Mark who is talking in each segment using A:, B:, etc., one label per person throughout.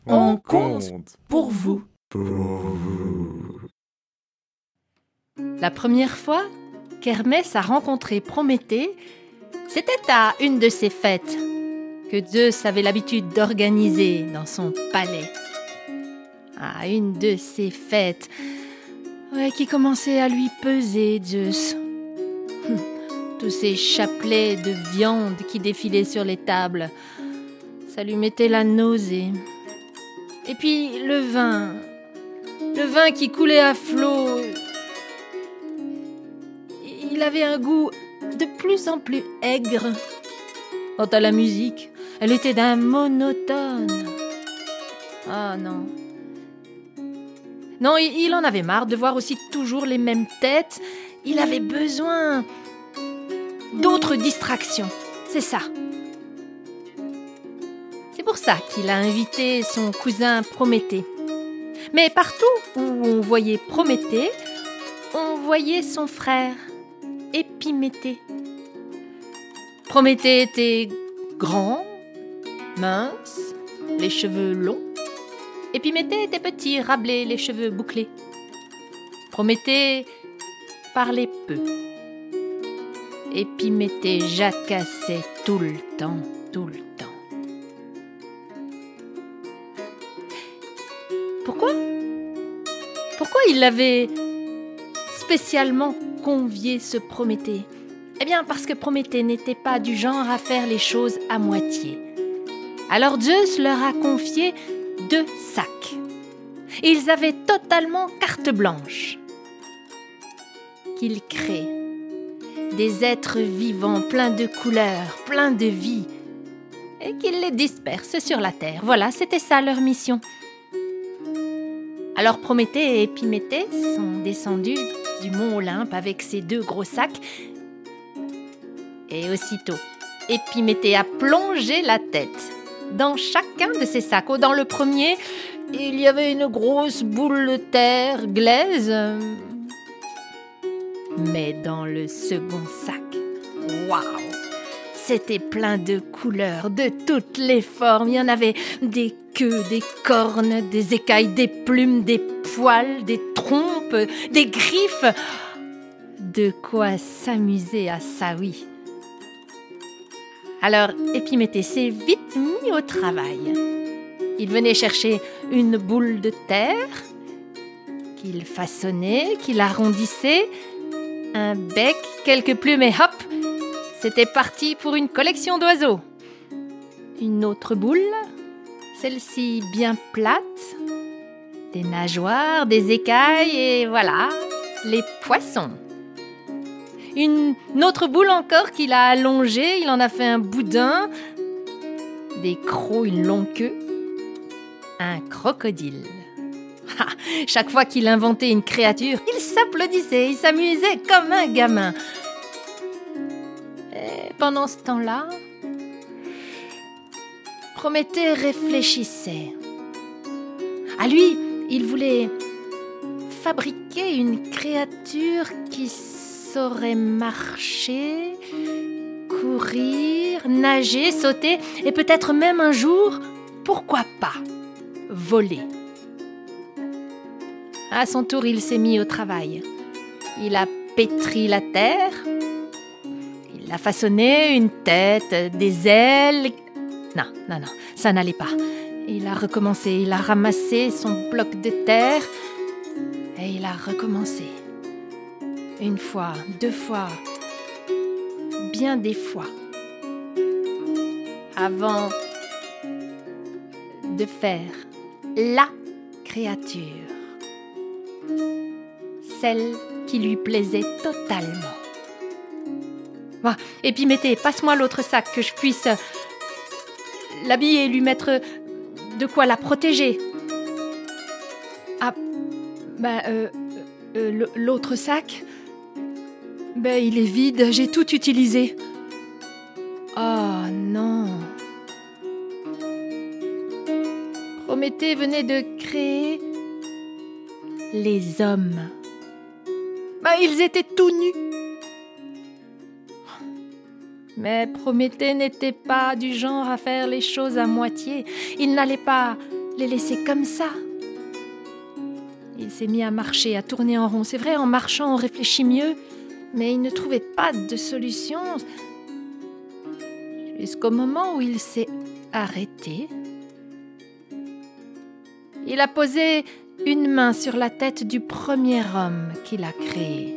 A: On compte pour vous.
B: La première fois qu'Hermès a rencontré Prométhée, c'était à une de ces fêtes que Zeus avait l'habitude d'organiser dans son palais. À une de ces fêtes qui commençait à lui peser, Zeus. Tous ces chapelets de viande qui défilaient sur les tables, ça lui mettait la nausée. Et puis le vin qui coulait à flot, il avait un goût de plus en plus aigre. Quant à la musique, elle était d'un monotone. Ah non. Non, il en avait marre de voir aussi toujours les mêmes têtes. Il avait besoin d'autres distractions. C'est ça. C'est pour ça qu'il a invité son cousin Prométhée. Mais partout où on voyait Prométhée, on voyait son frère, Épiméthée. Prométhée était grand, mince, les cheveux longs. Épiméthée était petit, râblé, les cheveux bouclés. Prométhée parlait peu. Épiméthée jacassait tout le temps. Pourquoi il l'avait spécialement convié, ce Prométhée ? Eh bien, parce que Prométhée n'était pas du genre à faire les choses à moitié. Alors Zeus leur a confié 2 sacs. Ils avaient totalement carte blanche. Qu'ils créent des êtres vivants, pleins de couleurs, pleins de vie, et qu'ils les dispersent sur la terre. Voilà, c'était ça leur mission. Alors Prométhée et Épiméthée sont descendus du mont Olympe avec ces 2 gros sacs. Et aussitôt, Épiméthée a plongé la tête dans chacun de ces sacs. Dans le premier, il y avait une grosse boule de terre glaise. Mais dans le second sac, waouh! C'était plein de couleurs, de toutes les formes. Il y en avait des queues, des cornes, des écailles, des plumes, des poils, des trompes, des griffes. De quoi s'amuser à ça, oui. Alors, Épiméthée s'est vite mis au travail. Il venait chercher une boule de terre qu'il façonnait, qu'il arrondissait, un bec, quelques plumes et hop, c'était parti pour une collection d'oiseaux. Une autre boule, celle-ci bien plate, des nageoires, des écailles et voilà, les poissons. Une autre boule encore qu'il a allongée, il en a fait un boudin, des crocs, une longue queue, un crocodile. Chaque fois qu'il inventait une créature, il s'applaudissait, il s'amusait comme un gamin. Et pendant ce temps-là, Prométhée réfléchissait. À lui, il voulait fabriquer une créature qui saurait marcher, courir, nager, sauter et peut-être même un jour, pourquoi pas, voler. À son tour, il s'est mis au travail. Il a pétri la terre, il a façonné une tête, des ailes. Non, ça n'allait pas. Il a recommencé, il a ramassé son bloc de terre et il a recommencé. 1 fois, 2 fois, bien des fois. Avant de faire la créature. Celle qui lui plaisait totalement. Bon, Épiméthée, passe-moi l'autre sac que je puisse l'habiller, lui mettre de quoi la protéger. Ah, l'autre sac, il est vide, j'ai tout utilisé. Oh non. Prométhée venait de créer les hommes. Ils étaient tout nus. Mais Prométhée n'était pas du genre à faire les choses à moitié. Il n'allait pas les laisser comme ça. Il s'est mis à marcher, à tourner en rond. C'est vrai, en marchant, on réfléchit mieux, mais il ne trouvait pas de solution. Jusqu'au moment où il s'est arrêté. Il a posé une main sur la tête du premier homme qu'il a créé.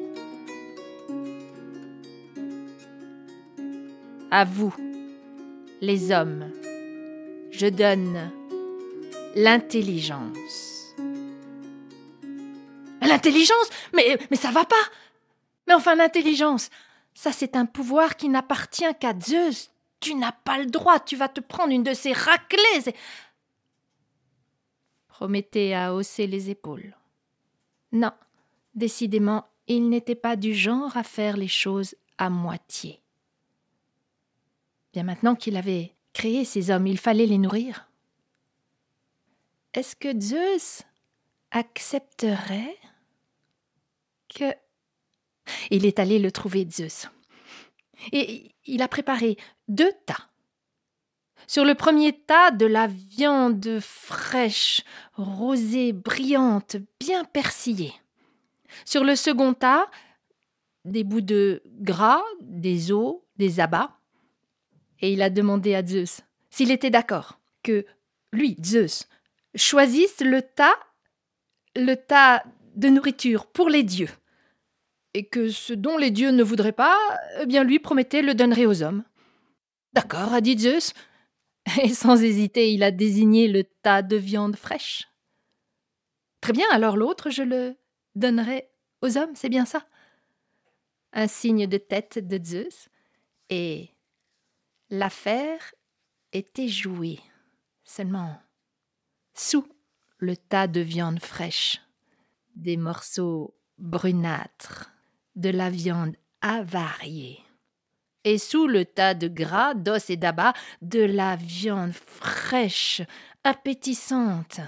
B: À vous, les hommes, je donne l'intelligence. L'intelligence ? Mais ça va pas. Mais enfin, l'intelligence, ça c'est un pouvoir qui n'appartient qu'à Zeus. Tu n'as pas le droit, tu vas te prendre une de ces raclées. Prométhée a haussé les épaules. Non, décidément, il n'était pas du genre à faire les choses à moitié. Bien maintenant qu'il avait créé ces hommes, il fallait les nourrir. Est-ce que Zeus accepterait que... Il est allé le trouver, Zeus. Et il a préparé 2 tas. Sur le premier tas, de la viande fraîche, rosée, brillante, bien persillée. Sur le second tas, des bouts de gras, des os, des abats. Et il a demandé à Zeus s'il était d'accord que lui, Zeus, choisisse le tas de nourriture pour les dieux. Et que ce dont les dieux ne voudraient pas, eh bien lui, Prométhée, le donnerait aux hommes. D'accord, a dit Zeus. Et sans hésiter, il a désigné le tas de viande fraîche. Très bien, alors l'autre, je le donnerai aux hommes, c'est bien ça. Un signe de tête de Zeus, et l'affaire était jouée. Seulement, sous le tas de viande fraîche, des morceaux brunâtres, de la viande avariée. Et sous le tas de gras, d'os et d'abats, de la viande fraîche, appétissante.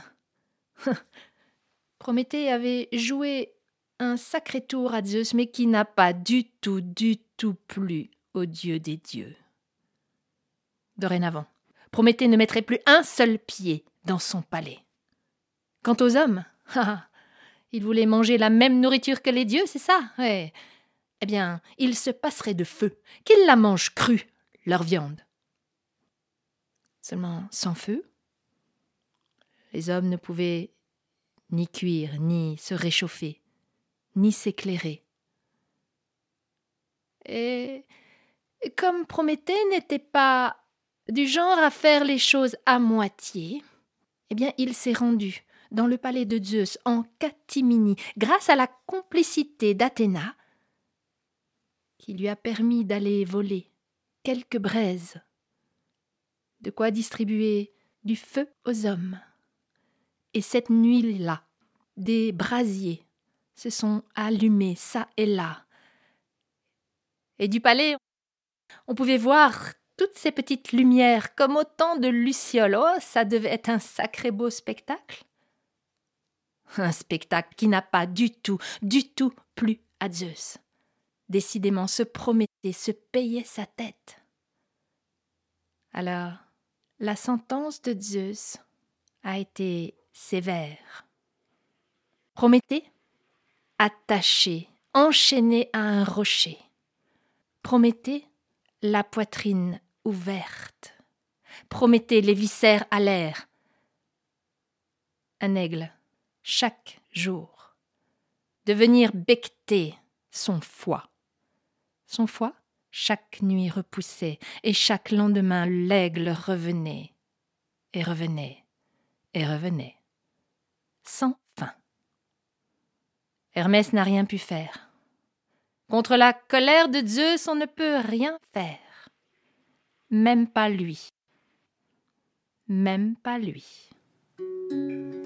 B: Prométhée avait joué un sacré tour à Zeus, mais qui n'a pas du tout plu au dieu des dieux. Dorénavant, Prométhée ne mettrait plus un seul pied dans son palais. Quant aux hommes, ils voulaient manger la même nourriture que les dieux, c'est ça? Ouais. Eh bien, ils se passeraient de feu, qu'ils la mangent crue, leur viande. Seulement, sans feu, les hommes ne pouvaient ni cuire, ni se réchauffer, ni s'éclairer. Et comme Prométhée n'était pas du genre à faire les choses à moitié, eh bien, il s'est rendu dans le palais de Zeus en catimini, grâce à la complicité d'Athéna, qui lui a permis d'aller voler quelques braises, de quoi distribuer du feu aux hommes. Et cette nuit-là, des brasiers se sont allumés çà et là. Et du palais, on pouvait voir toutes ces petites lumières comme autant de lucioles. Oh, ça devait être un sacré beau spectacle. Un spectacle qui n'a pas du tout plu à Zeus. Décidément, ce Prométhée se payait sa tête. Alors, la sentence de Zeus a été sévère. Prométhée, attaché, enchaîné à un rocher. Prométhée, la poitrine ouverte. Prométhée, les viscères à l'air. Un aigle, chaque jour. Devenir becqueter son foie. Son foie, chaque nuit repoussait, et chaque lendemain l'aigle revenait, et revenait, et revenait, sans fin. Hermès n'a rien pu faire. Contre la colère de Zeus, on ne peut rien faire. Même pas lui. Même pas lui.